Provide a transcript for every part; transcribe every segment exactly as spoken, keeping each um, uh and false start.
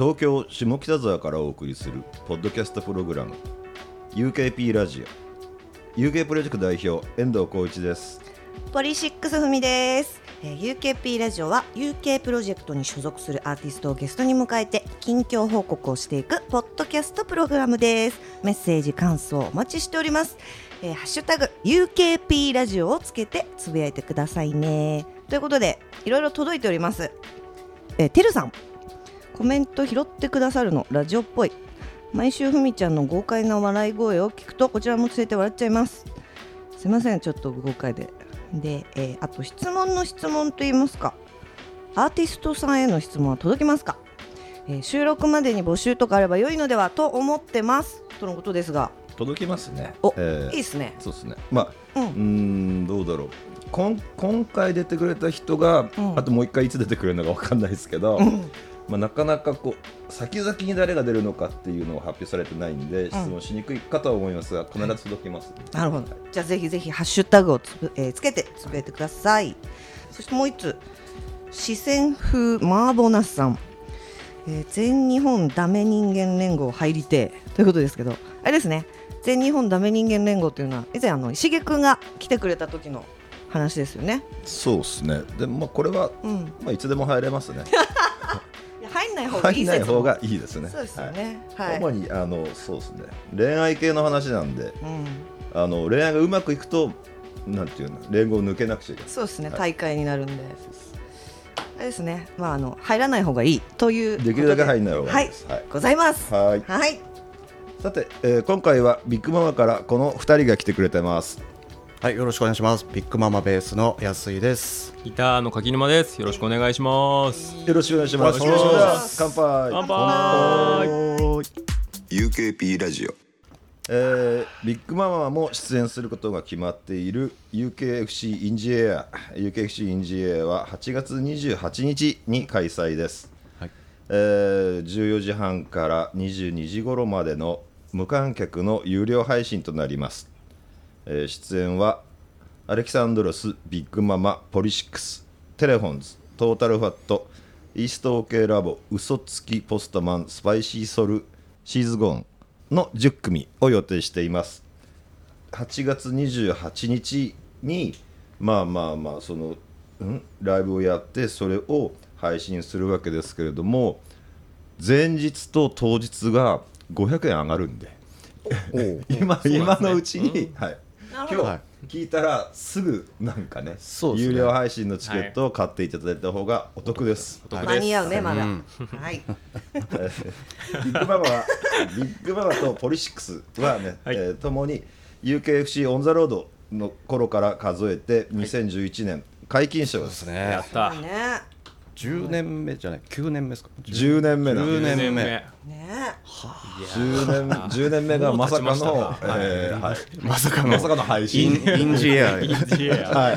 東京下北沢からお送りするポッドキャストプログラム ユーケーピー ラジオ ユーケー プロジェクト代表遠藤浩一です。 ポリシックスふみです。えー、ユーケーピー ラジオは ユーケー プロジェクトに所属するアーティストをゲストに迎えて近況報告をしていくポッドキャストプログラムです。メッセージ感想お待ちしております。えー、ハッシュタグ ユーケーピー ラジオをつけてつぶやいてくださいね。ということでいろいろ届いております。えー、てるさんコメント拾ってくださるのラジオっぽい。毎週ふみちゃんの豪快な笑い声を聞くとこちらもついて笑っちゃいます。すいませんちょっと豪快でで、えー、あと質問の質問といいますかアーティストさんへの質問は届きますか、えー、収録までに募集とかあれば良いのではと思ってますとのことですが届きますね。 お、 えー、 いいですね。 そうですね。まあ、うん、うーんどうだろうこん今回出てくれた人が、うん、あともう一回いつ出てくれるのか分かんないですけど、うんまあ、なかなかこう先々に誰が出るのかっていうのを発表されてないんで、うん、質問しにくいかとは思いますが必ず届きます、ね、 なるほど、はい、じゃあぜひぜひハッシュタグをつ, ぶ、えー、つけてつぶやいてください、はい、そしてもう一つ四川風マーボナスさん、えー、全日本ダメ人間連合入りてーということですけどあれですね全日本ダメ人間連合というのは以前あの石毛くんが来てくれた時の話ですよね。 そうですね。でもまあこれは、うんまあ、いつでも入れますね入んない方がいい説も入んない方がいいですね。 そうですよね、はいはい、 主にあのそうですね恋愛系の話なんで、うん、あの恋愛がうまくいくとなんていうの連合を抜けなくちゃいけない。 そうですね、はい、大会になるんであれですね、まあ、あの入らない方がいいというできるだけ入らない方がいいです、 はいはい、ございますはい、 はい、 さて、えー、今回はビッグママからこのふたりが来てくれてます。 はい、よろしくお願いします。ビッグママベースの安井です。 ギターの柿沼です。よろしくお願いします。 よろしくお願いします。 よろしくお願いします。 乾杯。 乾杯。 ユーケーピー ラジオ、 えー、ビッグママも出演することが決まっている ユーケーエフシー インジエア ユーケーエフシー インジエアははちがつにじゅうはちにちに開催です、はいえー、じゅうよじはんからにじゅうにじ頃までの無観客の有料配信となります。えー、出演はアレキサンドロス、ビッグママ、ポリシックス、テレフォンズ、トータルファット、イーストオーケーラボ、嘘つき、ポストマン、スパイシーソル、シーズゴーンのじゅっくみを予定しています。はちがつにじゅうはちにちにまあまあまあその、うん、ライブをやってそれを配信するわけですけれども前日と当日がごひゃくえん上がるんで今, 今のうちに、うんはい、今日聞いたらすぐなんか ね, ね有料配信のチケットを買っていただいた方がお得です、 はい、間に合うねまだ、うんはい、 ビッグママはビッグママとポリシックスはね、はいえー、ともに ユーケーエフシー オンザロードの頃から数えてにせんじゅういちねん解禁賞です、 ね、 やったじゅうねんめじゃないきゅうねんめですか。 じゅうねんめだ。 じゅうねんめねじゅうねんじゅうねんめがまさかの、えーはい、 まさかのまさかの配信インジエアインジエア、はい、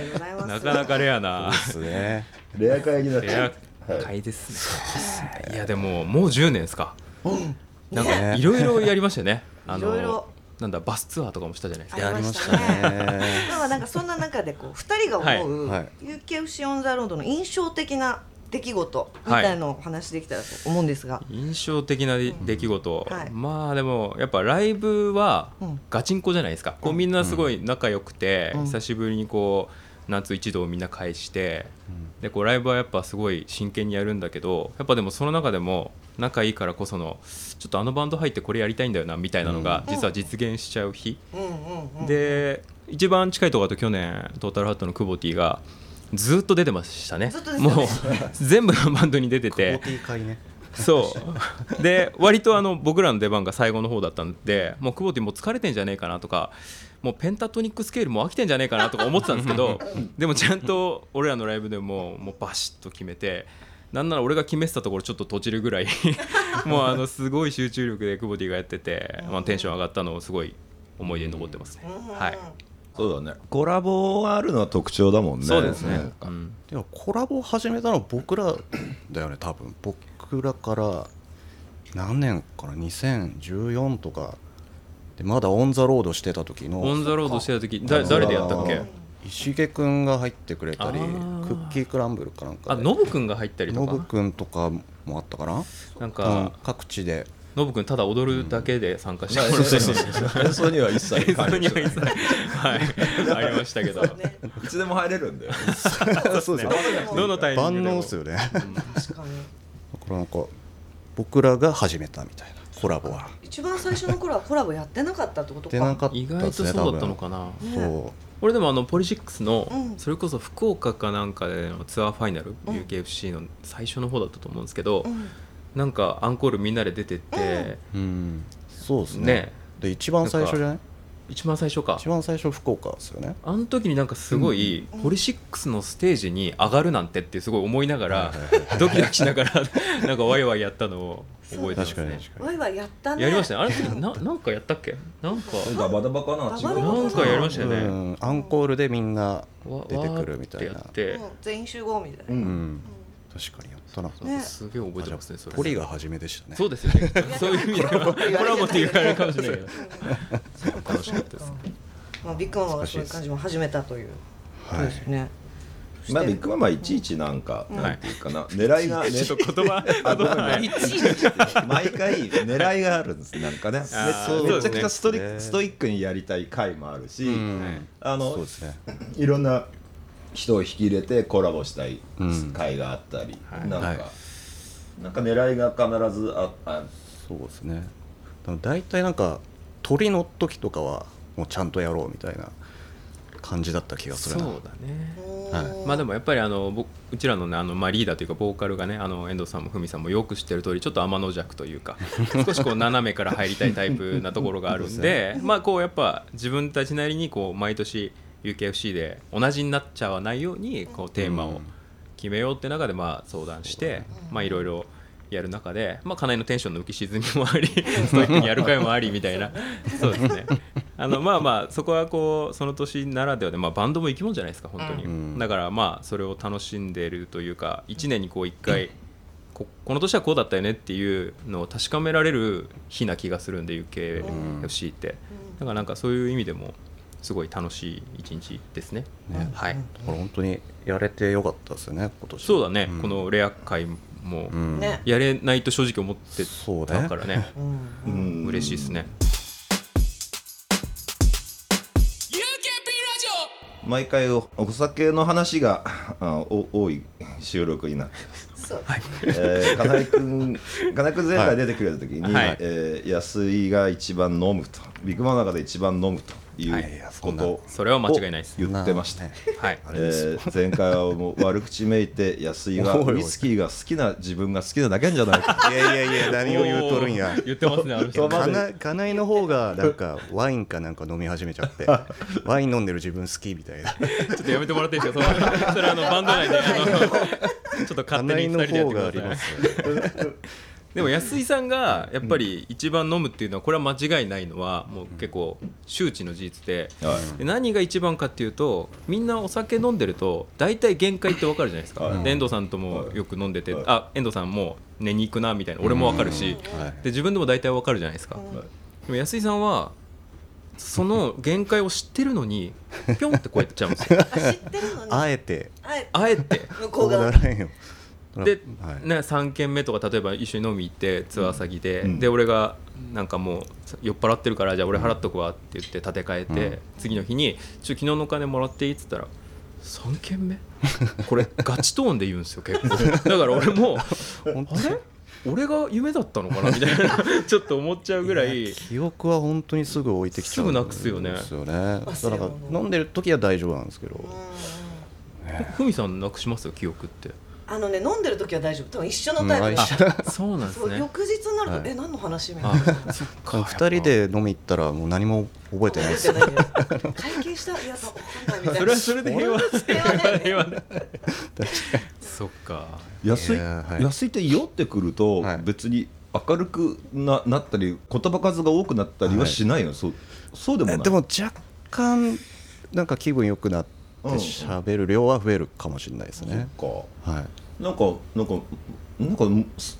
なかなかレアなですね。 レア会になっちゃう。 レア会ですね、はい、いやでももうじゅうねんですか、うん、なんかいろいろやりましたよね。あのいろいろなんだバスツアーとかもしたじゃないですか。 やりましたね。 でもなんかそんな中でこうふたりが思う、はい、ユーケーエフシー オンザロードの印象的な出来事みたいのをお話できたらと思うんですが、はい、 印象的な出来事、うんはい、まあでもやっぱライブはガチンコじゃないですか、うん、こうみんなすごい仲良くて、うん、久しぶりにこう夏一度をみんな返して、うん、でこうライブはやっぱすごい真剣にやるんだけどやっぱでもその中でも仲いいからこそのちょっとあのバンド入ってこれやりたいんだよなみたいなのが実は実現しちゃう日、うん、で一番近いところだと去年トータルハットのクボティがずっと出てましたね。もう全部のバンドに出ててそうで割とあの僕らの出番が最後の方だったんでもうクボティもう疲れてんじゃねえかなとかもうペンタトニックスケールも飽きてんじゃねえかなとか思ってたんですけどでもちゃんと俺らのライブでももうバシッと決めてなんなら俺が決めてたところちょっと閉じるぐらいもうあのすごい集中力でクボティがやってて、まあ、テンション上がったのをすごい思い出に残ってますね。はいそうだね。コラボがあるのは特徴だもんね。 そうですね、うん、 でもコラボを始めたのは僕らだよね多分。僕らから何年かなにせんじゅうよんとかでまだオンザロードしてた時のオンザロードしてた時だ誰でやったっけ。 石毛くんが入ってくれたりクッキークランブルかなんかであノブくんが入ったりとかノブくんとかもあったかな。 なんうんか各地でノブ君ただ踊るだけで参加してまあもらってそうそうそう演奏には一切演奏には一切はいありましたけど、 ね、 いつでも入れるんだよそうですね。 どのタイミングでも万能ですよね。だか確かにらなんか僕らが始めたみたいなコラボは一番最初の頃はコラボやってなかったってことか。 出なかった意ですね。 外とそうだった多分のかな。 ねそ俺でもあのポリシックスの、 うんそれこそ福岡かなんかでのツアーファイナル、 うんユーケーエフシー の最初の方だったと思うんですけど、 うんなんかアンコールみんなで出てって、 う、うん、そうですね。 ねで一番最初じゃない？ 一番最初か一番最初福岡ですよね。 あの時になんかすごい、 うんポリシックスのステージに上がるなんてってすごい思いながら、ドキドキしながらなんかワイワイやったのを覚えてます確かにね。 確かワイワイやったね。 やりましたね。あれななんかやったっけ？なんかダバダバかな違うダバダバなんかやりましたに。 よね。 うん、アンコールでみんなわ出てくるみたいなわーってやってうん、全員集合みたいな。 ううんん、確かにやったな。 ねすげえ覚えてますね。それポリが初めでしたね。 そうですよね。そういう意味ではコラボっていうあれかもしれないけど楽しかったです。 まあビッグママがそういう感じも始めたということはい。 ですね。 まあビッグママいちいちなんかうんなんていうかな狙いがねちょっと言葉あごめんはいいちいち毎回狙いがあるんですなんかねめあーめちゃくちゃストリそうですねストイックにやりたい回もあるしうん、 あのそうですね。 いろんな人を引き入れてコラボしたいうん回があったり、 はいなんか、 はいなんか狙いが必ずああそうですね。だから大体なんか鳥の時とかはもうちゃんとやろうみたいな感じだった気がするな。 そうだね。 はいまあでもやっぱりあの僕うちらのねあのまあリーダーというかボーカルがねあの遠藤さんもふみさんもよく知ってる通りちょっと天の弱というか少しこう斜めから入りたいタイプなところがあるんでまあこうやっぱ自分たちなりにこう毎年 ユーケーエフシー で同じになっちゃわないようにこうテーマを決めようって中でまあ相談してまあいろいろやる中でまあ金井のテンションの浮き沈みもありストイックにやる回もありみたいなそうですねあのまあまあそこはこうその年ならではでまあバンドも生き物じゃないですか本当に、 うんだからまあそれを楽しんでいるというかいちねんにこういっかいここの年はこうだったよねっていうのを確かめられる日な気がするんで ユーケーエフシー ってだからなんかそういう意味でもすごい楽しい一日ですねねはいだから本当にやれてよかったですよね今年。 そうだね、 んこのレア回もうんね。 やれないと正直思ってそうね。 たからねうんうん嬉しいですね毎回おお酒の話があお多い収録になってます。 そう。 えー、金井君金井君前回出てくれた時に、 はいえー安井が一番飲むとビッグママの中で一番飲むといはいうことをそれは間違いないです言ってました、 ねはいあれですえー前回はもう悪口めいて安井がおいおいウイスキーが好きな自分が好きなだけなんじゃないかいやいやいや何を言うとるんや。 言ってますねあの人そうまかな金井の方がなんかワインかなんか飲み始めちゃってワイン飲んでる自分好きみたいな。 ちょっとやめてもらっていいですかそれそれあのバンド内であのちょっと勝手金井のにふたりでやっ方がありてくださいますよね。 でも安井さんがやっぱり一番飲むっていうのはこれは間違いないのはもう結構周知の事実ではいで何が一番かっていうとみんなお酒飲んでると大体限界って分かるじゃないですか、 はいで遠藤さんともよく飲んでて、 はいあ遠藤さんも寝に行くなみたいな俺も分かるし、 はいで自分でも大体分かるじゃないですか、 はいでも安井さんはその限界を知ってるのにピョンってこうやっちゃうんですよあ知ってるのに。 あえてあえあえて向ここうう側ならんよ。 で、 はいね、さんけんめとか例えば一緒に飲み行ってツアー先で、 うんで俺がなんかもう酔っ払ってるからじゃあ俺払っとくわって言って立て替えて、 うん次の日にちょ昨日のお金もらっていいっつったらさんけんめこれガチトーンで言うんですよ結構だから俺も本当あれ俺が夢だったのかなみたいなちょっと思っちゃうぐらい記憶は本当にすぐ置いてきちゃうんすぐなくすよねですよね。だから飲んでる時は大丈夫なんですけど。 ふみさんなくしますよ記憶ってあのね飲んでる時は大丈夫。多分一緒のタイプうんだ。 あ一そうなんですねそう翌日になると、 はいえ何の話みたいな。 あそっか二人で飲み行ったらもう何も覚えてないです覚えてないよ会計したいやわかんないみたいな。 それはそれで平和平和だよね平和だそっか安い、 いやはい安いって酔ってくるとはい別に明るくななったり言葉数が多くなったりはしないよ、そうそうでもない。 でも若干なんか気分良くなって喋る量は増えるかもしれないですね。 そっかはい。 なんかなんかなんか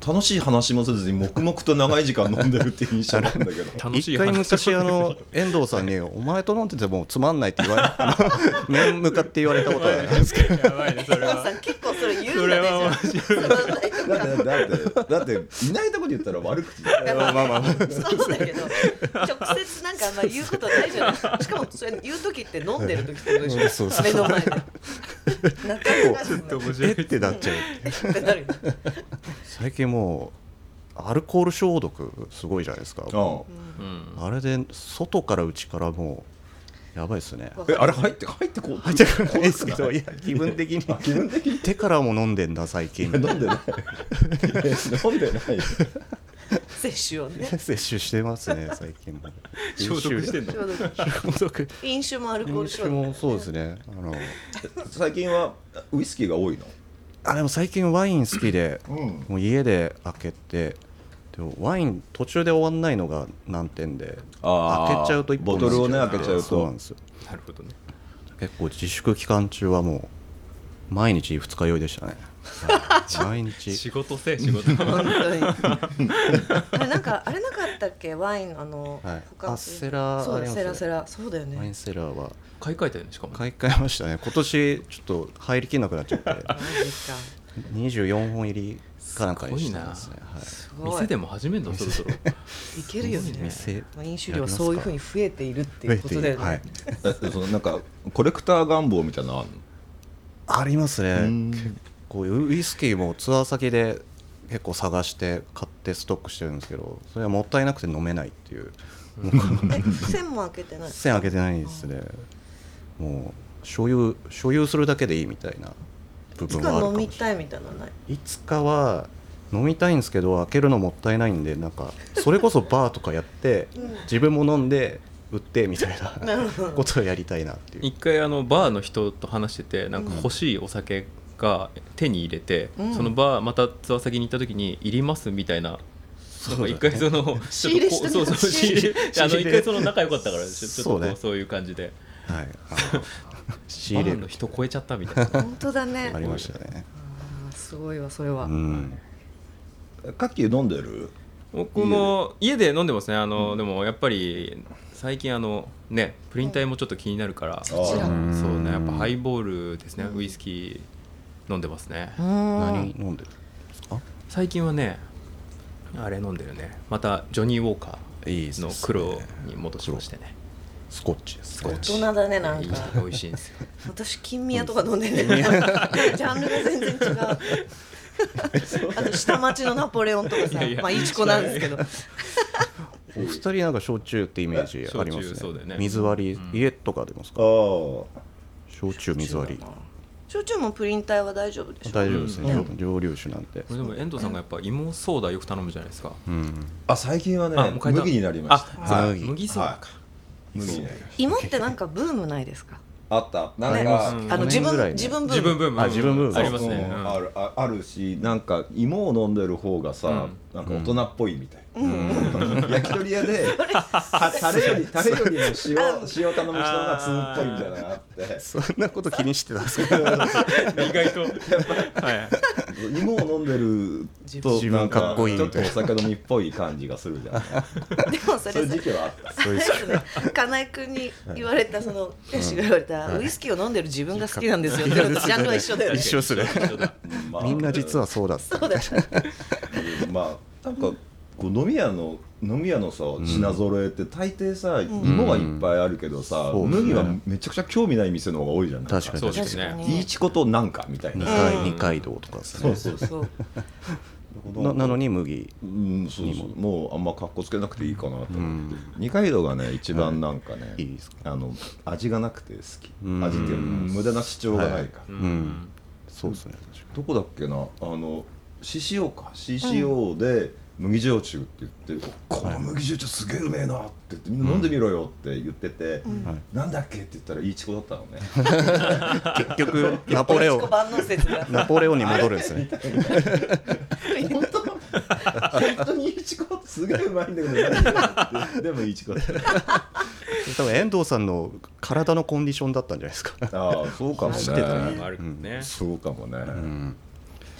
楽しい話もせずに黙々と長い時間飲んでるっていう印象なんだけど楽しい一回昔あの遠藤さんに「お前と飲んでてもつまんない」って言われあの面向かって言われたことがあるんですけどやばいねそれお父はさん結構それ言うんそれはだね面白いじゃあつまんないとかだってだってだっていないとこで言ったら悪口だよまあまあまあそうだけど直接なんかあんま言うことないじゃないしかもそれ言う時って飲んでる時ってことでしょそうそう目の前でなかなかちょっと面白いえってなっちゃうってなるよ最近もうアルコール消毒すごいじゃないですかうんうんあれで外から内からもうやばいですねえあれ入って入ってこう入ってくるないですけどいや気分的に気分的に手からも飲んでんだ最近飲んでない飲んでない摂取をね摂取してますね最近も消毒してんの消毒消毒飲酒もアルコール飲消毒酒もそうですねあの最近はウイスキーが多いのあでも最近ワイン好きでうんもう家で開けてでもワイン途中で終わんないのが難点であー開けちゃうと一本ボトルをね開けちゃうとそうなんですよなるほどね結構自粛期間中はもう毎日二日酔いでしたね毎日仕事せえ仕事本当にあれなんかあれなかったっけワインあの、 はい他あセラそうありますねセラセラそうだよねワインセラーは買い替えたよねしかも買い替えましたね今年ちょっと入りきんなくなっちゃってマジかにじゅうよんほん入りかなんかにしてますねはいすごい店でも始めんのそろそろいけるよね店まあ飲酒量はそういうふうに増えているっていうことだよね、 はいえそのなんかコレクター願望みたいなのあるありますねうん結構ウイスキーもツアー先で結構探して買ってストックしてるんですけどそれはもったいなくて飲めないっていうえ線も開けてない線開けてないですねもう所有所有するだけでいいみたいな部いつ分はあか飲るかもしれないみたいみたいなのないいつかは飲みたいんですけど開けるのもったいないんでなんかそれこそバーとかやって自分も飲んで売ってみたいななるほどことをやりたいなっていう一回あのバーの人と話しててなんか欲しいお酒が手に入れて、 うんそのバーまたツアー先に行った時にいりますみたいななんか一回その仕入れしたねちょっとこうそうそう仕入れあの仕入れ一回その仲良かったからちょちょっとこそうねうそういう感じではいあの仕バ入れるーの人超えちゃったみたいな本当だねありましたねあーすごいわそれは、 うんカッキー飲んでる僕も家で飲んでますねあの、でもやっぱり最近あのねプリン体もちょっと気になるから、 そちらうんそうねやっぱハイボールですね、ウイスキー飲んでますね、 うん何飲んでるんですか最近はねあれ飲んでるねまたジョニーウォーカーいいですねの黒に戻しましてねスコッチですね大人だねなんいいか美味しいんですよ私金宮とか飲んでるねジャンルが全然違うあと下町のナポレオンとかさいやいやまあいちこなんですけどお二人なんか焼酎ってイメージありま焼酎そうだよねすね水割り、 うん家とか出ますかああ焼酎水割り焼酎もプリン体は大丈夫でしょ大丈夫ですね、 うん蒸留酒なんてこれでも遠藤さんがやっぱ芋ソーダよく頼むじゃないですかうんあ最近はねあもう変えた麦になりましたあそうはい麦ソーダか、 麦ね芋ってなんかブームないですかあったなんありますかうんあの自分去年ぐらいね自分ブーム自分ブームあ自分ブームありますね、 うんうんあるああるしなんか芋を飲んでる方がさ、 うんなんか大人っぽいみたい、焼き鳥屋でたタレよりタレよりも塩塩頼む人がツンっぽいみたいなのがあってそんなこと気にしてたんですか意外とはい芋を飲んでると自分かっこいいちょみたいなっとお酒飲みっぽい感じがするじゃんでもそれそういう時期はあったそういうですね金井君に言われたその天使が言われたウイスキーを飲んでる自分が好きなんですよってジャンルは一緒だよね一緒ですねまあみんな実はそうだったそうだよまあなんかこう飲み屋の飲み屋のさ品揃えって大抵さ、芋はいっぱいあるけどさ、 そうですね麦はめちゃくちゃ興味ない店の方が多いじゃない確かにそう確かにですねいいちことなんかみたい二な、 階二階堂とかですねそうそうそうそうななのに麦うんそうそうもうあんま格好つけなくていいかなと思って、 うん二階堂がね一番なんかね、 いいですかあの味がなくて好き、 うん味っていうの無駄な主張がないから、 ううんそうですね確かどこだっけなあの シーシーオー か シーシーオー で麦焼酎って言って、この麦焼酎すげえうめえなって言ってみんな飲んでみろよって言ってて、なんだっけって言ったらいいちこだったのねに結局ナポレオン万能説がナポレオンに戻るんですね本当本当にいちこすげえうまいんだけど何だってでもいちこだった多分遠藤さんの体のコンディションだったんじゃないですかああそうかもね知ってたあるね、 そうかもね、 うん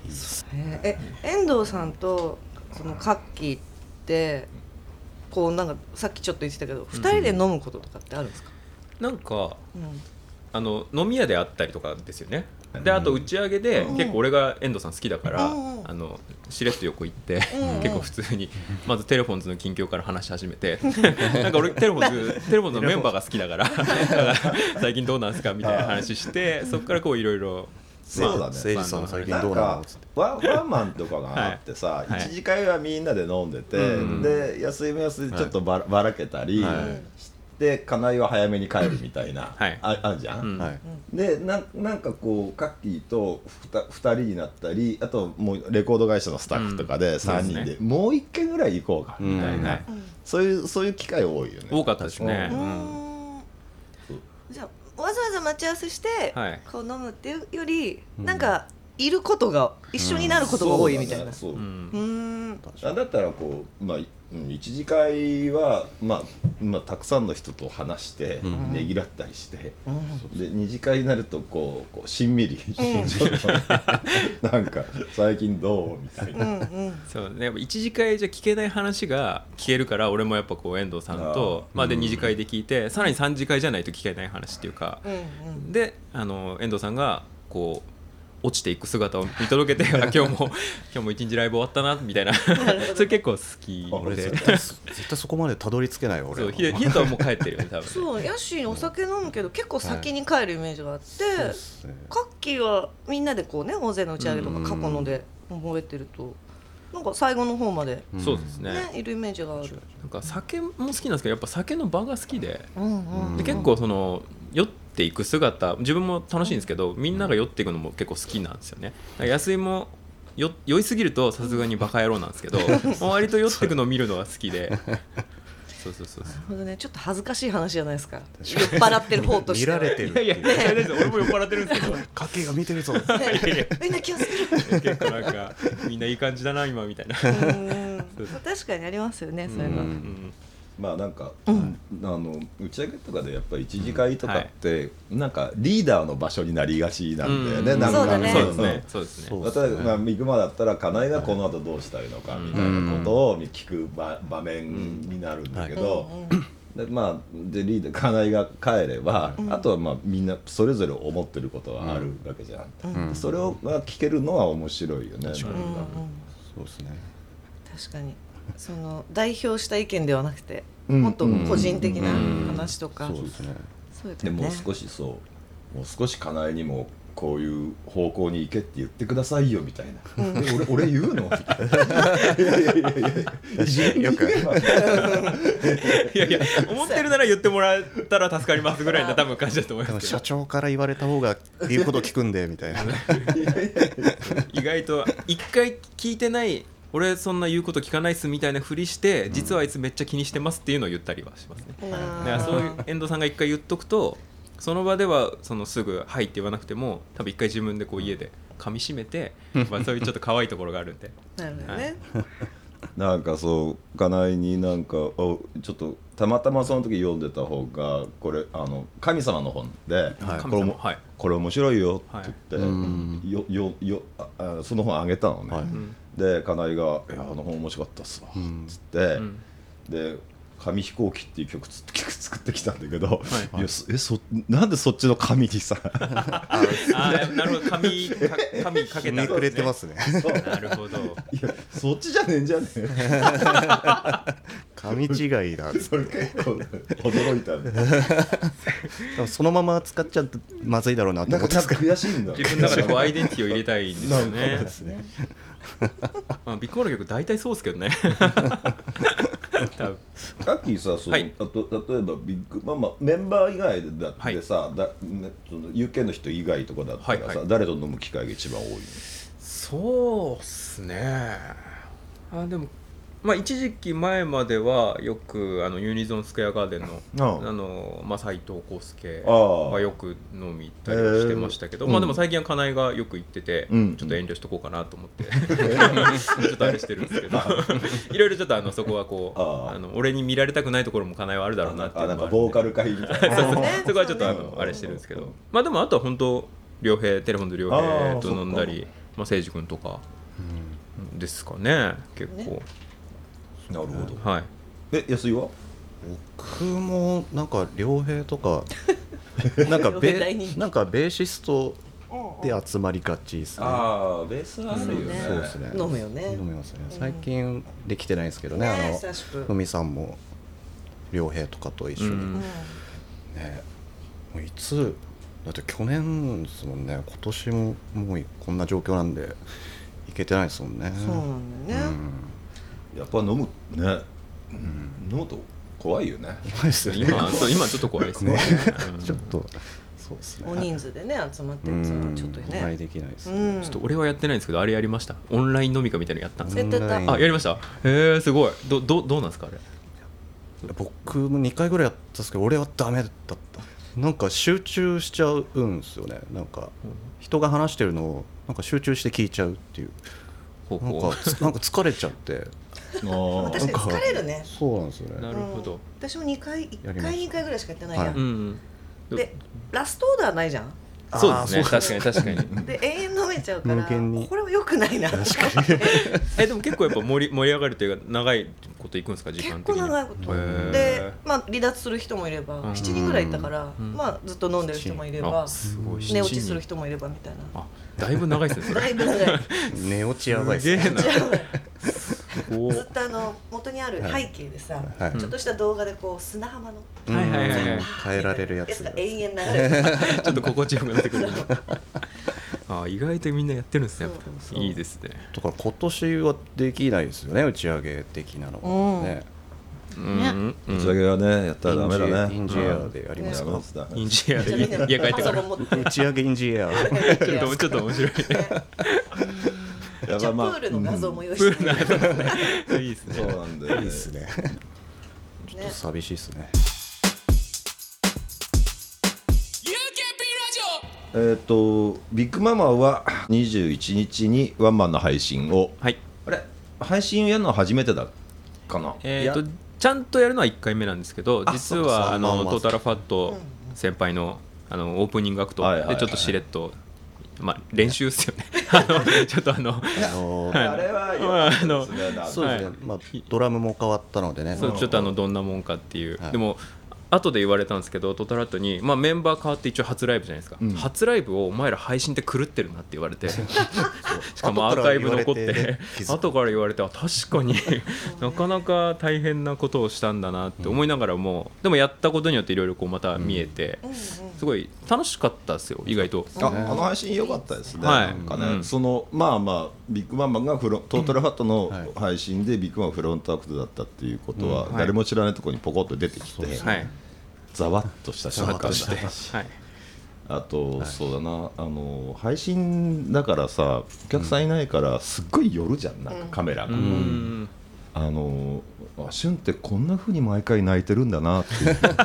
え遠藤さんとそのカッキーってこうなんかさっきちょっと言ってたけど、うん、ふたりで飲むこととかってあるんですか？ なんか、 うん、 あの飲み屋であったりとかですよね。であと打ち上げで、うん、結構俺が遠藤さん好きだから、うん、あのしれっと横行って、うん、結構普通にまずテレフォンズの近況から話し始めてなんか俺テレフォンズテレフォンズのメンバーが好きだから最近どうなんすかみたいな話してそこからこういろいろそうだね、 誠司さん最近どうなのつってワンワンマンとかがあってさ、はい、一次会はみんなで飲んでて、はい、で安い目安でちょっとばら、はい、ばらけたり、はいで金井は早めに帰るみたいな、はい、あ, あるじゃん、うんはい、で な, なんかこうカッキーと 2, ふたりになったりあともうレコード会社のスタッフとかでさんにんで、うん、もういっけんぐらい行こうかみたいな、うん、そういうそういう機会多いよね。 多かったですね、うんうん、じゃあわざわざ待ち合わせして、はい、こう飲むっていうより、うん、なんかいることが一緒になることが多いみたいな、 そうだね、そう、うん、だったらこうまあ一次会は、まあまあ、たくさんの人と話してねぎらったりして、うん、で二次会になるとこう、こうしんみり、うん、なんか最近どうみたいな、うんうん、 そうね、一次会じゃ聞けない話が聞けるから俺もやっぱこう遠藤さんとまあ、で二次会で聞いて、うん、さらに三次会じゃないと聞けない話っていうか、うんうん、であの遠藤さんがこう落ちていく姿を見届けて今日も今日も一日ライブ終わったなみたいなそれ結構好きで絶対, 絶対そこまでたどり着けないよ俺は。 そうヒデとはもう帰ってるよね多分ね。 そうヤッシーお酒飲むけど結構先に帰るイメージがあって、はいね、カッキーはみんなでこうね大勢の打ち上げとか過去ので覚えてるとなんか最後の方まで、 うん、そうですね、 いるイメージがある。 なんか酒も好きなんですけどやっぱ酒の場が好きで、うんうんうん、で結構その酔っていく姿自分も楽しいんですけどみんなが酔っていくのも結構好きなんですよね。安井もよ酔いすぎるとさすがにバカ野郎なんですけど割と酔っていくのを見るのが好きでそうそうそうそう。なるほどね。ちょっと恥ずかしい話じゃないですか。酔っ払ってる方として見られてるっていう。 いやいや、ね、俺も酔っ払ってるんですけど家計が見てるぞみんな気をつける結構なんかみんないい感じだな今みたいなうん確かにありますよねそういうの。うんまあなんか、うん、あの打ち上げとかでやっぱり一次会とかって、うんはい、なんかリーダーの場所になりがちなんだよね、うん、なんかそうだねそうですねそうですね。 例えば、まあ、ミグマだったら金井がこの後どうしたいのかみたいなことを聞く場、場面になるんだけど、うんはい、でまあでリーダー金井が帰れば、うん、あとはまあみんなそれぞれ思ってることはあるわけじゃん、うん、それをが聞けるのは面白いよね、うん、 そうですね。 確かにその代表した意見ではなくてもっと個人的な話とか、 そうですね。でもう少しそうもう少し金井にもこういう方向に行けって言ってくださいよみたいな、うん、俺, 俺言うのみたいないやいやいやいやよくいやいや思ってるなら言ってもらえたら助かりますぐらいな多分感じだと思いますけど社長から言われた方が言うこと聞くんでみたいな意外と一回聞いてない俺そんな言うこと聞かないっすみたいなふりして実はあいつめっちゃ気にしてますっていうのを言ったりはしますね、うん、だからそういう遠藤さんが一回言っとくとその場ではそのすぐはいって言わなくても多分一回自分でこう家で噛み締めて、まあ、そういうちょっと可愛いところがあるんでなるほどね、はい、 なんかそう金井になんかおちょっとたまたまその時読んでた方がこれあの神様の本で、はい、これも、はい、これ面白いよって言って、はい、よよよあその本あげたのね、はい、で金井が「いやあの本面白かったっすわ」っつって、うん、で紙飛行機っていう曲作ってきたんだけど、はい、いやえそなんでそっちの紙にさあなるほど紙か紙かけたくれてますね。 なるほど。 いやそっちじゃねえんじゃねえ紙違いだ。 それ結構驚いたね。 でもそのまま使っちゃうとまずいだろうなと思ってなんか悔しいんだ。 自分の中でこうアイデンティティを入れたいんですよね。ですね。まあビッグマの曲大体そうですけどね。 カッキーさその、はい、あと例えばビッグママメンバー以外だってさ、はい、だその ユーケー の人以外とかだったらさ、はいはい、誰と飲む機会が一番多いの？ そうっすね。あでもまあ一時期前まではよくあのユニゾンスクエアガーデンのあのまあ斉藤康介はよく飲み行ったりはしてましたけど、まあでも最近は金井がよく行ってて、うん、ちょっと遠慮しとこうかなと思って、うん、ちょっとあれしてるんですけどいろいろちょっとあのそこはこう あ, あの俺に見られたくないところも金井はあるだろうなっていうのもあるんで、あなんかボーカル会みたいなそうそうそこはちょっとあのあれしてるんですけど、まあでもあとは本当良平テレフォンズ良平と飲んだりまあ、誠司君とかですかね、結構、ね、 なるほど。 はい。 え、安井は？ 僕もなんか良平とかなんかベなんかベーシストで集まりがちですね。 ああ、ベースはあるよね。 そうですね。 飲むよね。 飲みますね。最近できてないんですけどね。 ね、 あのふみさんも良平とかと一緒に、うん、ね。もういつだって去年ですもんね。今年ももうこんな状況なんでいけてないですもんね。 そうなんだよね。 うん、やっぱ飲むね。うん、飲むと怖いよね。 怖いですよね。 今そう今ちょっと怖いですね。 ちょっと。そうですね、 大人数でね集まってるつもちょっとね。 お会いできないですね、 うん。 ちょっと俺はやってないんですけど、あれやりました。オンライン飲み会みたいなのやったんですよ。やってた。 あ、やりました。へえ、すごい。どどどうなんですかあれ。 僕もにかいぐらいやったんですけど、俺はダメだった。なんか集中しちゃうんですよね。なんか人が話してるのをなんか集中して聞いちゃうっていう。 ほうほう、 なんかなんか疲れちゃって。 確かに疲れるね。 そうなんですよね。 なるほど。 うん、私もにかいいっかいにかいぐらいしかやってないやん。 はい、 うんでラストオーダーないじゃん。 そうですね、確かに確かに。 で永遠飲めちゃうからこれは良くないな。 確かにえでも結構やっぱ盛り盛り上がるというか長いこといくんですか、時間的に。 結構長いことで、まあ離脱する人もいればしちにんぐらいいたから、まあずっと飲んでる人もいれば寝落ちする人もいればみたいな。 あ、だいぶ長いですね。 だいぶ長い。 寝落ちやばいですね。 ずっとあの元にある背景でさ、はい、ちょっとした動画でこう砂浜の、 はいはいはいはい、 変えられるやつが永遠流れてちょっと心地よくなってくる。あ、意外とみんなやってるんですね。いいですね。 だから今年はできないですよね、打ち上げ的なのはね。 うんね、打ち上げはねやったらダメだね。 インジエアでやりますか。 インジエアで家帰ってから打ち上げインジエア。 ちょっとちょっと面白い。 じゃあプールの画像も用意してる。 いいですね。 そうなんだよね。 いいですね。ちょっと寂しいですね。 えっとビッグママはにじゅういちにちにワンマンの配信を、 はい、 あれ配信やるのは初めてだかな。 えっとちゃんとやるのはいっかいめなんですけど、実はあのトータルファット先輩のあのオープニングアクトでちょっとしれっと。まあ練習ですよね。あのちょっとあのあれはあのそうですね。まあドラムも変わったのでね。 そうちょっとあのどんなもんかっていう。でも後で言われたんですけど、トータルアットに、まあ、メンバー変わって一応初ライブじゃないですか、うん、初ライブをお前ら配信って狂ってるなって言われてしかもアーカイブ残って後から言われて、あ確かになかなか大変なことをしたんだなって思いながらも、でもやったことによっていろいろまた見えて、すごい楽しかったですよ意外と。 あ, あの配信良かったですね、 はい、 なんかね、うん、そのまあまあビッグマンマンがフロトータルファットの配信でビッグマンフロントアクトだったっていうことは誰も知らないところにポコッと出てきて、はい、ざわっとした瞬間で、はい、あと、はい、そうだな、あの配信だからさお客さんいないからすっごい寄るじゃん、なんかカメラが、うん、あのあシュンってこんな風に毎回泣いてるんだなって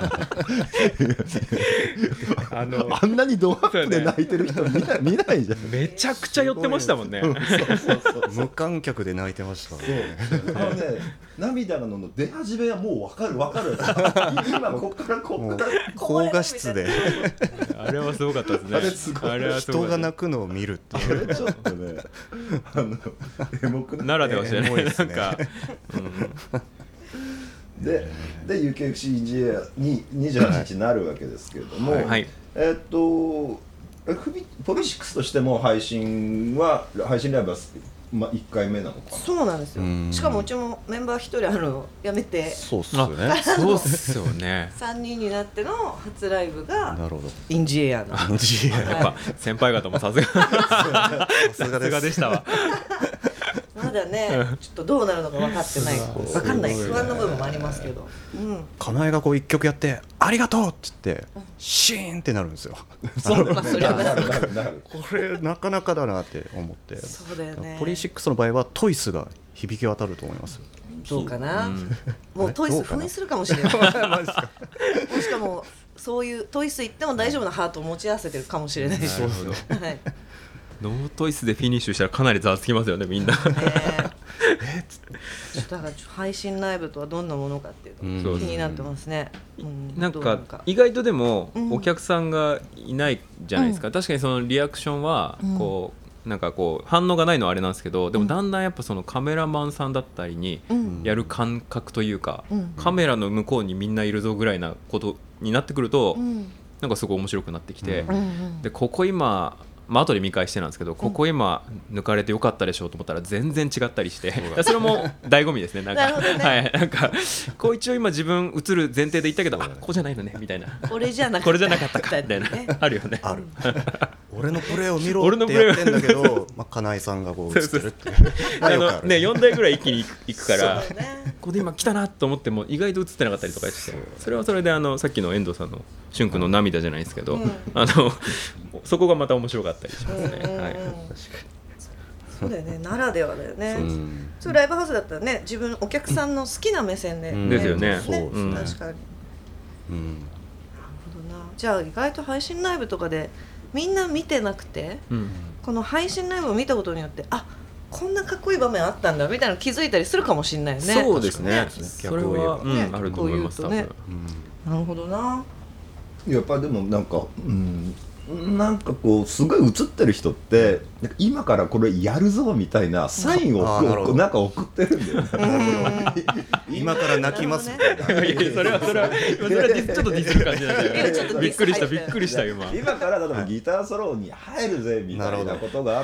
あのあんなにドアップで泣いてる人 見, な見ないじゃん。 めちゃくちゃ寄ってましたもんね。そうそうそう無観客で泣いてました、ね、 そうあのね涙のの出始めはもう分かる分かる今こっからこっから高画質であれはすごかったですね。 あれすごい、 あれは人が泣くのを見るっていう、 あれちょっとねあのエモくならではしてね、なんか、 うん、で, で ユーケーエフシー インジエアににじゅうはちにちになるわけですけれども、はいはい、えー、っとポリシックスとしても配信は配信ライブはまあ、いっかいめなのかな。 そうなんですよ。しかもうちもメンバーひとりあるのやめて、 そうっすよね。 そうっすよね。 さんにんになっての初ライブがインジエアの。 インジエア。 やっぱ先輩方もさすがさすがでしたわ。 まだね、ちょっとどうなるのか分かってない、分かんない不安の部分もありますけど、うん、 かなえがこう一曲やってありがとうって言ってシーンってなるんですよ。 そうまあそれはなるこれなかなかだなって思って。 そうだよね。 ポリシックスの場合はトイスが響き渡ると思います。 どうかな、うん、もうトイス封印するかもしれないもしかもそういうトイス行っても大丈夫なハートを持ち合わせてるかもしれないし、はい、 ノートイスでフィニッシュしたらかなりざわつきますよねみんな、ね、 だから配信ライブとはどんなものかっていうのが気になってますね、うん、 なんか意外とでもお客さんがいないじゃないですか、うん、確かにそのリアクションはこうなんかこう反応がないのはあれなんですけど、でもだんだんやっぱそのカメラマンさんだったりにやる感覚というか、うん、カメラの向こうにみんないるぞぐらいなことになってくると、うん、なんかすごい面白くなってきて、うん、でここ今まあ後で見返してなんですけど、ここ今抜かれてよかったでしょうと思ったら全然違ったりして、うん、それも醍醐味ですね。なんかなるほどね、はい、なんかこう一応今自分映る前提で言ったけど、あここじゃないのねみたいな、 これじゃなかったこれじゃなかったかみたいなあるよね。 ある俺のプレーを見ろってやってんだけど、まあ、金井さんがこう映ってるっていうあの、ね、よんだいぐらい一気に行くからね、ここで今来たなと思っても意外と映ってなかったりとかして、それはそれであのさっきの遠藤さんのしゅんくんの涙じゃないですけど、うん、あのそこがまた面白かったりしますね、うんうん、はい、確かにそうだよね、ならではだよね。そう、うん、そうライブハウスだったらね、自分お客さんの好きな目線で、ね、うん、 ですよね。 そう、 うん、 確かに、うん、なるほどな。じゃあ意外と配信ライブとかでみんな見てなくて、うん、この配信ライブを見たことによって、あ、こんなかっこいい場面あったんだみたいなの気づいたりするかもしれないよね。 そうですね。それは、うん、あると思います。ね、 なるほどな。 やっぱりでもなんか、うん、なんかこうすごい映ってる人ってなんか今からこれやるぞみたいなサインをなんか送ってるんだよね。 今から泣きますみたいな。 それはそれはそれはちょっとディスる感じなんだよ。びっくりしたびっくりした今。 今から例えばギターソロに入るぜみたいなことがあって、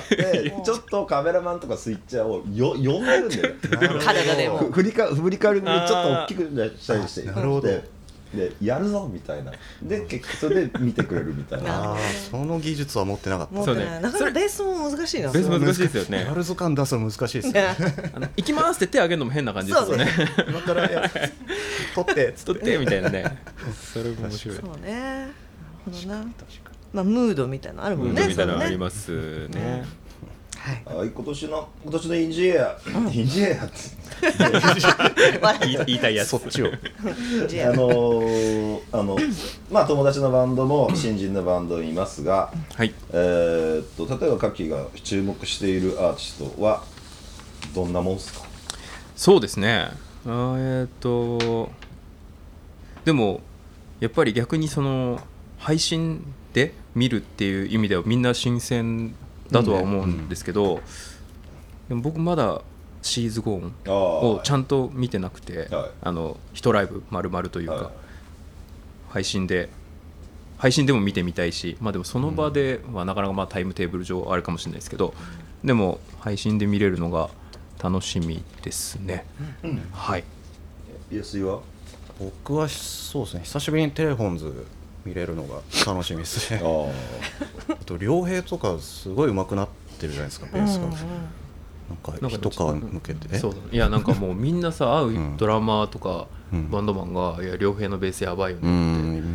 ちょっとカメラマンとかスイッチャーをよ呼んでるんだよ。 体でも振りか振り返りにちょっと大きくしたりして。なるほど。でやるぞみたいなで結局それで見てくれるみたいな。 あその技術は持ってなかった。 持ってない。なかなかベースも難しいな。 ベース難しいですよね。 やるぞ感出すの難しいですよね。 あの行きますって手挙げるのも変な感じですよね。 今から取って取ってみたいなね。それも面白い。 そうね。なるほどな。まあムードみたいなのあるもんね。 ムードみたいなのありますね。 はい、今年の今年のインジエア、うん、インジエアって言いたいやつそっちをあのー、あのまあ友達のバンドも新人のバンドいますが、 はい、 えー、っと例えばカッキーが注目しているアーティストはどんなもんですか？ そうですね、あーえー、っとでもやっぱり逆にその配信で見るっていう意味ではみんな新鮮だとは思うんですけど、うん、でも僕まだシーズゴーンをちゃんと見てなくて、はい、あの一ライブ丸々というか、はい、配信で配信でも見てみたいし、まあでもその場ではなかなかまあタイムテーブル上あるかもしれないですけど、うん、でも配信で見れるのが楽しみですね、うん、はい。 安井は？ 僕はそうですね、久しぶりにテレフォンズ見れるのが楽しみですね。あと両平とかすごい上手くなってるじゃないですか、ベースが、うんうん、なんか一皮向けて、 そういやなんかもうみんなさ会うドラマーとかバンドマンが、うん、いや両平のベースやばいよねって、うん、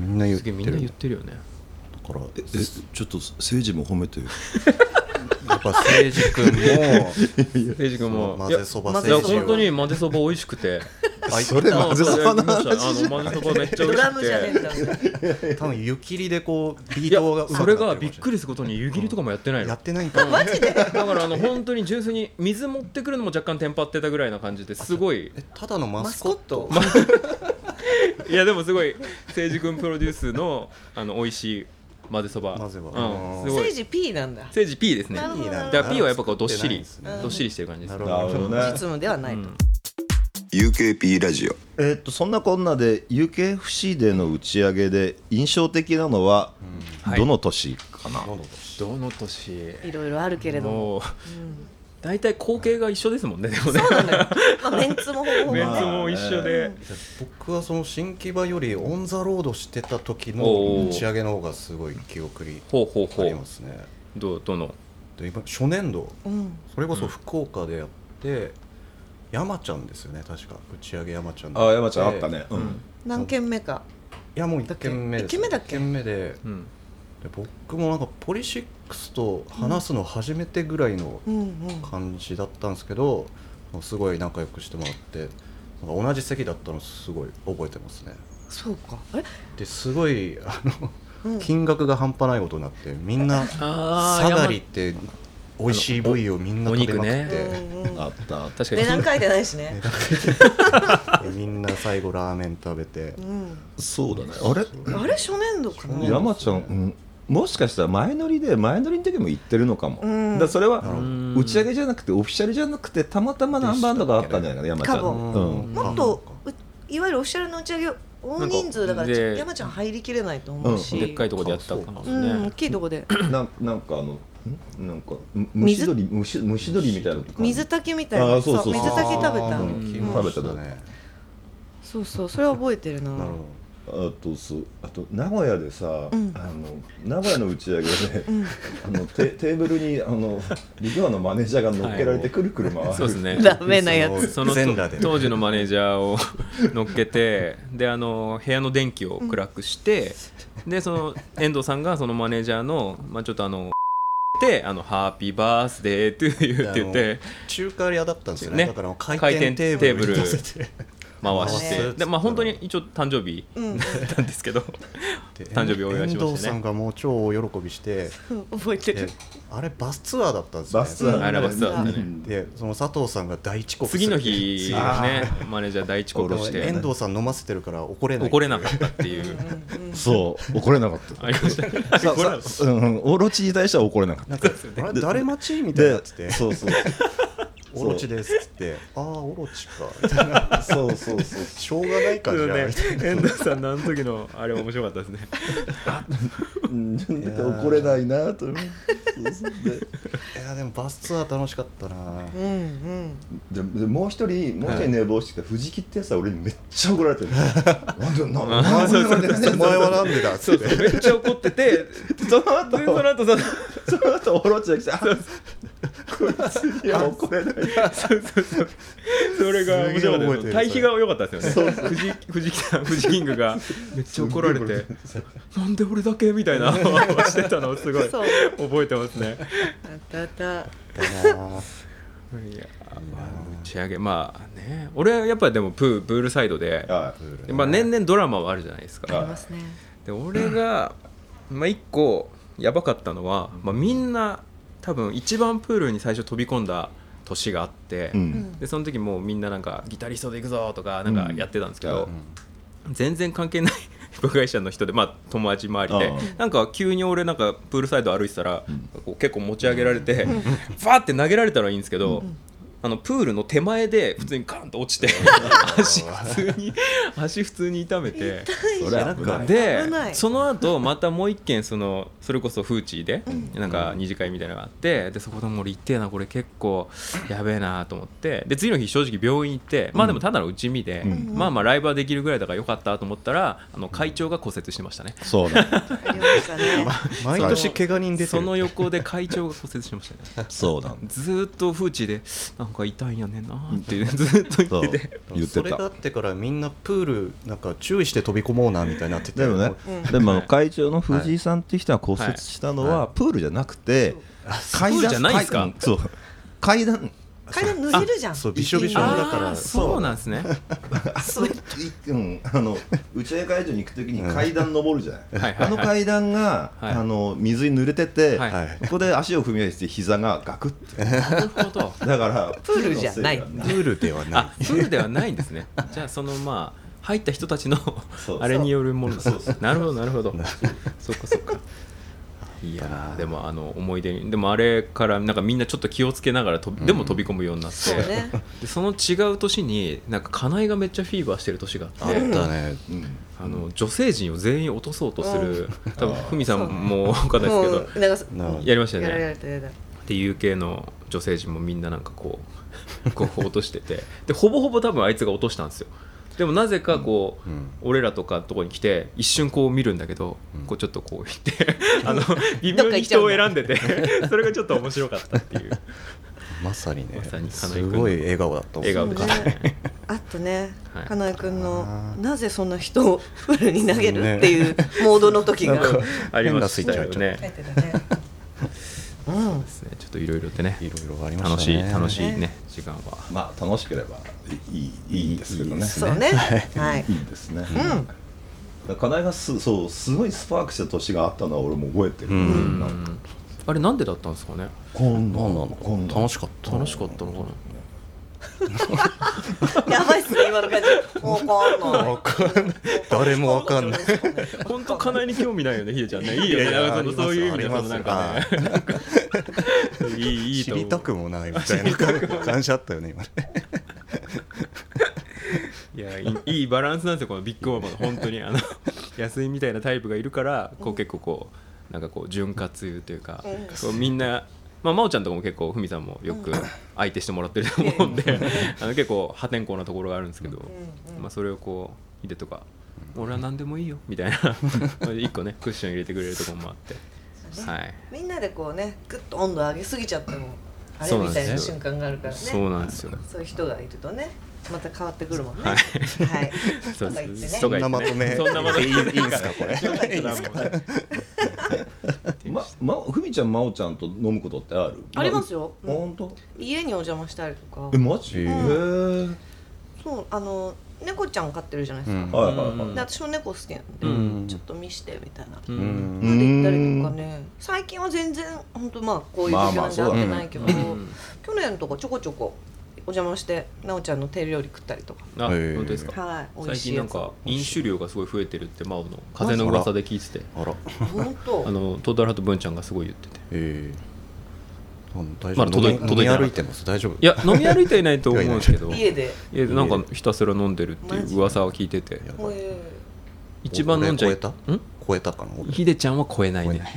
みんな言ってるみんな言ってるよね。 だからえちょっと政治も褒めてやっぱ誠司君も誠司君も混ぜそばいや本当に混ぜそば美味しくてそれ混ぜそばの話あの混ぜそばめっちゃ美味しくてドラムじゃねえんだ多分湯切りでこうビートがそれがびっくりすることに湯切りとかもやってないの、 やってないんかマジでだからあの本当に純粋に水持ってくるのも若干テンパってたぐらいな感じですごいえただのマスコットいやでもすごい誠司君プロデュースのあの美味しい混ぜそば、 混ぜそば、 うん、すごい誠司 P なんだ。 誠司 P ですね。だから P はやっぱこうどっしり、どっしりしてる感じです。 なるほどね。 実務ではないと。うん、 ユーケーピー ラジオ。 えー、っとそんなこんなで ユーケーエフシー での打ち上げで印象的なのはどの年かな？はい、 どの年？ いろいろあるけれども。もだいたい光景が一緒ですもんね。でもねそうなのよ。まあ、メンツもほぼほぼ、 メンツも一緒で、うん、 僕はその新木場よりオンザロードしてた時の打ち上げの方がすごい記憶にありますね。 どうどので今初年度、うん、それこそ福岡でやって、山ちゃんですよね確か打ち上げ山ちゃんであ山ちゃんあったね、うん、 何軒目かいやもういっけんめです、 いっけんめだっけいっけんめで、うん、で僕もなんかポリシックスと話すの初めてぐらいの感じだったんですけど、うんうん、すごい仲良くしてもらってなんか同じ席だったのすごい覚えてますね。 そうかあれですごいあの、うん、金額が半端ないことになってみんなサガリって美味しい部位をみんな食べまくって、ねうんうん、あった確かに値段書いてないしねみんな最後ラーメン食べて、 うん、そうだねあれあれ初年度かな山ちゃん、うんもしかしたら前乗りで前乗りの時も行ってるのかも、うん、だからそれは打ち上げじゃなくてオフィシャルじゃなくてたまたま何番とかあったんじゃないかな、山ちゃん。 多分、うん、もっといわゆるオフィシャルの打ち上げ大人数だから山ちゃん入りきれないと思うし、 うん、でっかいとこでやったかもしれない、うん、 大きいとこでななんかあのなんか蒸し鶏蒸し蒸し鶏みたいな水炊きみたいな、 あ、そうそうそう、 水炊き食べた、 うん、食べたね。 そうそう、それは覚えてるな。 なるほど。あとそうあと名古屋でさ、うん、あの名古屋の打ち上げで、うん、あの テ, テーブルにあのビッグマンのマネージャーが乗っけられてくるくる回る、はい、 そうですね、 ダメなやつ。 その当時のマネージャーを乗っけてであの部屋の電気を暗くして、うん、でその遠藤さんがそのマネージャーの、まあ、ちょっとあのであのハッピーバースデートゥーユーって言って中華屋だったんですよね。だから回転テーブルに乗せて回してで、まあ、本当に一応誕生日なんですけど、うん、誕生日お祝いしましたね。 遠藤さんがもう超喜びして覚えてる。 あれバスツアーだったんですよね。 バスツアー、 あれバスツアーだったね。 でその佐藤さんが大遅刻する次の日ねマネージャー大遅刻して遠藤さん飲ませてるから怒れない怒れなかったっていうそう怒れなかったありましたね。 オロチに対しては怒れなかった。 なんかあれ誰待ちみたいになっててそうそうオロチですって言ってああオロチかみたいなそうそうそうしょうがないかじゃあ、ね、 遠藤さんのあの時のあれ面白かったですね怒れないなと思ってそうそうでいやでもバスツアー楽しかったな、 うんうん、 ででもう一人もう一人寝坊してきた藤木ってやつは俺にめっちゃ怒られてるなんでなお前はなんでだっつってめっちゃ怒っててその後その後そのその後オロチが来てこいつには怒れないそうそうそうそれが面白かったです。対比が良かったですよね。藤藤木さん藤キングがめっちゃ怒られてなんで俺だけみたいなしてたのをすごい覚えてますね。 あったあったいや、まあ、打ち上げまあね俺はやっぱりでもプー、プールサイドで、ね、まあ、年々ドラマはあるじゃないですか。 ありますね。 で俺が、まあ、一個やばかったのは、まあ、みんな多分一番プールに最初飛び込んだ年があって、うん、でその時もうみんななんかギタリストで行くぞとかなんかやってたんですけど、うん、全然関係ない部外者の人で、まあ、友達周りでなんか急に俺なんかプールサイド歩いてたら、うん、こう結構持ち上げられてバーって投げられたらいいんですけど、うん、あのプールの手前で普通にガンと落ちて足普通に足普通に痛めてそれ危ないでその後またもう一軒そのそれこそフーチーでなんか二次会みたいなのがあってでそこでも俺行ってえなこれ結構やべえなと思ってで次の日正直病院行ってまあでもただの打ち身で、うん、まあまあライブはできるぐらいだからよかったと思ったらあの会長が骨折してましたね。 そうだ毎年怪我人出てるその横で会長が骨折してましたね。 そうだずっとフーチーでなんか痛いんやねんなってずっと言ってて言ってた。 それがあってからみんなプールなんか注意して飛び込もうなみたいになっててでもね、うん、でも会長の藤井さんっていう人が骨折したのはプールじゃなくて階段じゃないですか。 そう階段階段脱げるじゃん。 そうびしょびしょだからそうなんですね。 そううん、あの打ち上げ会場に行くときに階段登るじゃない、うん、あの階段が、はい、あの水に濡れてて、はい、ここで足を踏み出して膝がガクッてなるほどだからプールじゃないプールではないあプールではないんですね。じゃあそのまあ入った人たちのあれによるものそうそうなるほどなるほどそっかそっか。いやでもあの思い出にでもあれからなんかみんなちょっと気をつけながらと、うん、でも飛び込むようになってそ う、ね、でその違う年になんか金井がめっちゃフィーバーしてる年があってあったね、 うん、あの女性陣を全員落とそうとする、うん、多分ふみさんも分かんないですけどやりましたよね。 やられたやられたで ユーケー の女性陣もみんななんかこうこう落としててでほぼほぼ多分あいつが落としたんですよ。でもなぜかこう、うん、俺らとかとこに来て一瞬こう見るんだけど、うん、こうちょっとこう言ってあの微妙に人を選んでてそれがちょっと面白かったっていうまさにねまさにすごい笑顔だった笑顔でしたね。 あとね金井君のなぜそんな人をフルに投げるっていうモードの時がありましたよね。 うん、 そうですね。ちょっといろいろってね、 いろいろありましたね。 楽しい楽しいね、ね時間は。 まあ楽しければいいいいですけどね。 そうね。はい。 いいですね。うん。金井がすそうすごいスパークした年があったのは俺も覚えてる。うん。 なんかあれなんでだったんですかね。 こんなの楽しかった。 楽しかったのかな。 やばいっすね今の感じ。わかんない。 わかんない誰もわかんない本当かなえに興味ないよねひでちゃんね。いいよね。 いやいやなんかそのそういう意味でありますそのなんかねいいいいと思う。 知りたくもないみたいな感じあったよね今ねいやいいいいバランスなんですよこのビッグママの本当にあの安井みたいなタイプがいるからこう結構こうなんかこう潤滑油というか、こうみんなまあ真央ちゃんとかも結構ふみさんもよく相手してもらってると思うんで、あの結構破天荒なところがあるんですけど、まあそれをこうヒデとか俺は何でもいいよみたいな一個ねクッション入れてくれるところもあって、はい、 みんなでこうねグッと温度上げすぎちゃってもあれそうなんみたですよいな瞬間があるからね。 そうなんですよ。 そういう人がいるとねまた変わってくるもんね。 はいはい。 そうとか言ってねそんなまとめそんなまとめいいいいんですかこれいいですかままふみちゃんまおちゃんと飲むことってある？ ありますよ。うん本当？ 家にお邪魔したりとかえ。マジ？へへえ。 そうあの猫ちゃん飼ってるじゃないですうんか。 はいはいはい。 で私も猫好きなんで、 うんちょっと見してみたいな。 ううんんなんで行ったりとかね。最近は全然本当まあこういう時まあまあなんで会ってないけど、 うん去年とかちょこちょこお邪魔してなおちゃんの手料理食ったりとか。 あへー本当ですか。 はい。美最味しいやつ。 近なんか飲酒量がすごい増えてるって真央の風の噂で聞いてて、 あら本当。 あのトータルハット文ちゃんがすごい言ってて、 えー、大まだ届い飲み届いてなかった歩いてます大丈夫いや飲み歩いていないと思うんですけど家で。 家でなんかひたすら飲んでるっていう噂を聞いてて、 やばいえ一番飲んじゃい俺超えたん超えたかな俺ひでちゃんは超えないね。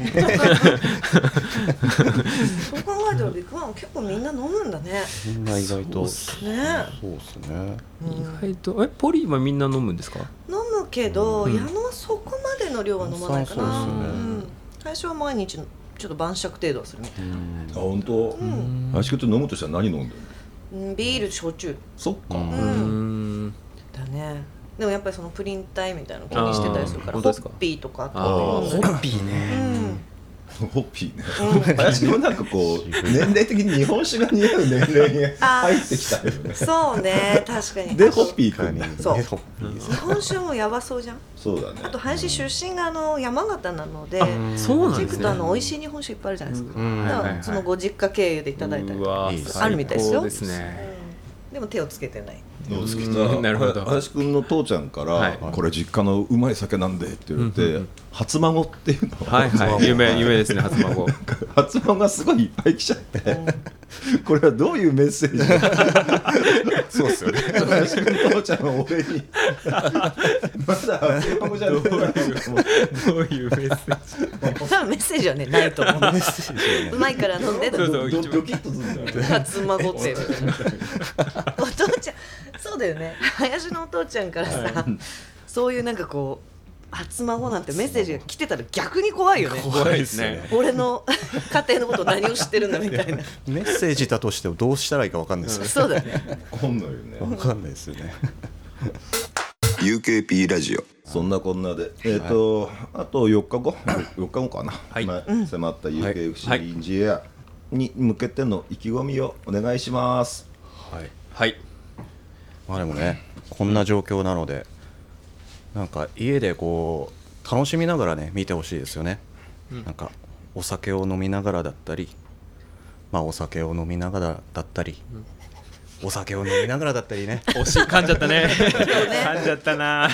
ーそう考えたらビッグマン結構みんな飲むんだね。 みんな意外とそうね。 そうですねうん意外とえポリはみんな飲むんですか？ 飲むけど、 うん矢野はそこまでの量は飲まないかな。 そうですよねん最初は毎日ちょっと晩酌程度はするみたいうんあ本当？ ん林くんと飲むとしたら何飲んでるの？ な。うんビール焼酎そっか。 うんうーんだね。でもやっぱりそのプリン体みたいなの気にしてたりするから、ホあー本当ですかッピーとかあー飲んだりホッピーね。 うんホッピーね。林くんなんかこう年齢的に日本酒が似合う年齢に入ってきたよね。 そうね確かに。 でホッピーくんね。 そうねホッピー日本酒もやばそうじゃん。 そうだね。 あと林出身があの山形なので、 そうなんですね。 行くとあの美味しい日本酒いっぱいあるじゃないですか。 うんだかはいはいはいらそのご実家経由でいただいたりとか、 うわいいですあるみたいですよ最高ですね。 うんでも手をつけてない。 どうですうんなるほど林くんの父ちゃんから、 はいこれ実家のうまい酒なんでって言われて、 うんうんうん初孫っていうのはいはい有名有名ですね初孫。 初孫がすごいいっぱい来ちゃって、これはどういうメッセージそうですよね林くんの父ちゃんは俺にまだ初孫じゃねえなと思ってどういうメッセージ？ 多分メッセージはねないと思う。うまいから飲んでそうそうドドドキッとするんだよね。 初孫ってみたいなお父ちゃんそうだよね林のお父ちゃんからさ、そういうなんかこう初孫なんてメッセージが来てたら逆に怖いよね。 怖いですね。 俺の家庭のこと何を知ってるんだみたいな。 メッセージだとしてもどうしたらいいかわかんないですよそうだね。 怒んないよね。 わかんないですよねユーケーピー ラジオそんなこんなで、えっ、と、あとよっかご、よっかごかな、 はいまあ迫った ユーケーエフシはいーインジエアに向けての意気込みをお願いします。 はいはい。 まあでもねこんな状況なのでなんか家でこう楽しみながらね見てほしいですよね、 うんなんかお酒を飲みながらだったりまあお酒を飲みながらだったり、お酒を飲みながらだったりね惜しい噛んじゃったね。噛んじゃったな。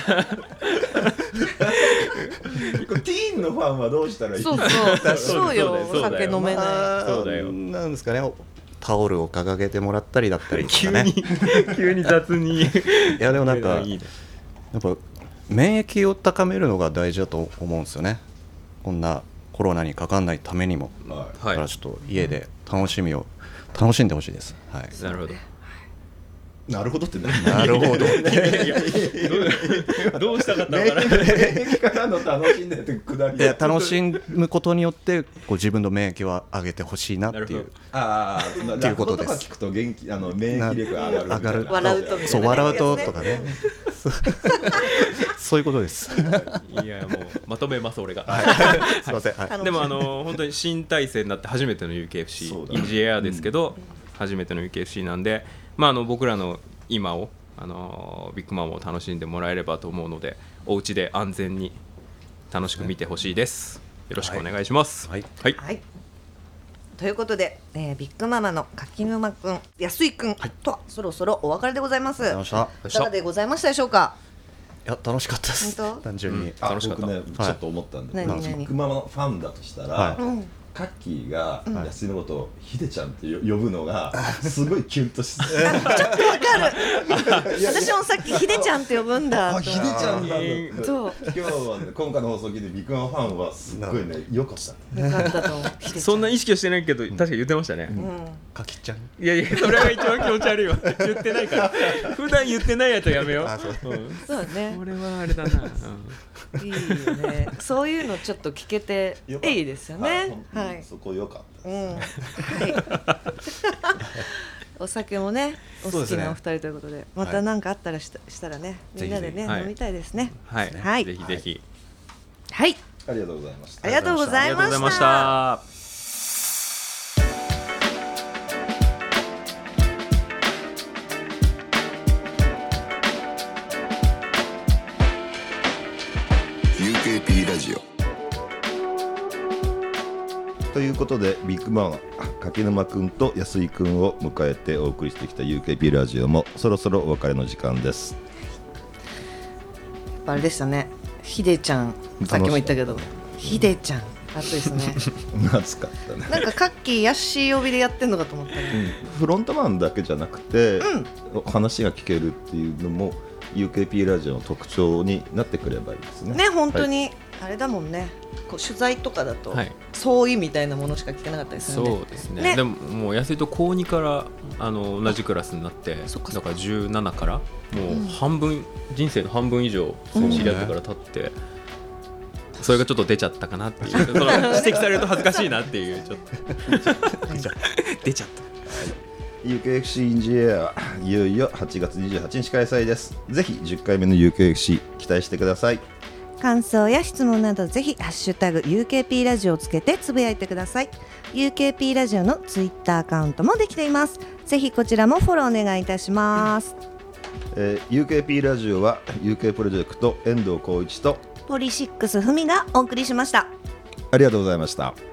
これティーンのファンはどうしたらいい？ そうそうそうよそうだよお酒飲めない。 あーそうだよなんですかねタオルを掲げてもらったりだったりと急かねに急に雑に。いいやでもなんかいいね。 やっぱ免疫を高めるのが大事だと思うんですよねこんなコロナにかかんないためにもはだはい。 からちょっと家で楽しみを楽しんでほしいです、はい、 なるほど。 い。なるほどって何？ なるほどいやいやどうどうしたかったのかな。 免疫からの楽しんでってくだり。 いや楽しむことによってこう自分の免疫を上げてほしいなっていうなるほどああ、 っていうことですラップとか聞くと元気あの免疫力が上がるみたいな。 上がる笑うとみたいなねそう笑うととかねそうそういうことですいやもうまとめます俺が。 すいません、はい、 楽しみでもあの本当に新体制になって初めての ユーケーエフシそうだーインジエアですけど、初めての ユーケーエフシー なんで、まあ、あの僕らの今をあのビッグマンを楽しんでもらえればと思うので、お家で安全に楽しく見てほしいです。よろしくお願いします。 はいはい、 はい。 ということで、えー、ビッグママの柿沼くん、安井くんとはそろそろお別れでございます。いかがでございましたでしょうか。 いや楽しかったです単純に、うん、 楽しかった。僕ね、はい、ちょっと思ったんで、ビッグママのファンだとしたら、はい、カッキーが安井のことをヒデちゃんって呼ぶのがすごいキュンとしてちょっとわかる私もさっきヒデちゃんって呼ぶんだあ、ヒデちゃんだそう今日は、ね、今回の放送聞いてビッグママファンはすごいね良かった良かったと思うそんな意識はしてないけど確かに言ってましたね、うん、 カキちゃんいやいやそれが一番気持ち悪いわ言ってないから普段言ってないやつはやめようあそう、うん、 そうねこれはあれだな、 うん、いいよねそういうのちょっと聞けていいですよねはい、そこ良かったです、 うんはい、お酒もねお好きなお二人ということで、また何かあったら し, したらねみんなでね、はい、飲みたいですねはい、はい、ぜひぜひはい、 ありがとうございましたありがとうございました。 ユーケーピー ラジオということでビッグママ柿沼くんと安井くんを迎えてお送りしてきた ユーケーピー ラジオもそろそろお別れの時間です。 やっぱあれでしたね、ヒデちゃんさっきも言ったけどヒデちゃん熱いですね懐かったね。 なんかカッキーヤッシー呼びでやってんのかと思ったね、 うん、フロントマンだけじゃなくて、うん、話が聞けるっていうのも ユーケーピー ラジオの特徴になってくればいいですね。 ね、本当に、はい、あれだもんね、こう取材とかだと、はい、相違みたいなものしか聞けなかったですよね。 そうです ね, ねでももう安井と高こうにからあの同じクラスになって、だからじゅうななからもう半分、うん、人生の半分以上知り合ってから経って、うん、それがちょっと出ちゃったかなっていうその指摘されると恥ずかしいなっていうちょっと出ちゃった。 ユーケーエフシー インジエアはいよいよはちがつにじゅうはちにち開催です。ぜひじゅっかいめの ユーケーエフシー 期待してください。 感想や質問などぜひハッシュタグ ユーケーピー ラジオをつけてつぶやいてください。 ユーケーピー ラジオのツイッターアカウントもできています。ぜひこちらもフォローお願いいたします、 えー、ユーケーピー ラジオは ユーケー プロジェクト遠藤浩一とポリシックスふみがお送りしました。 ありがとうございました。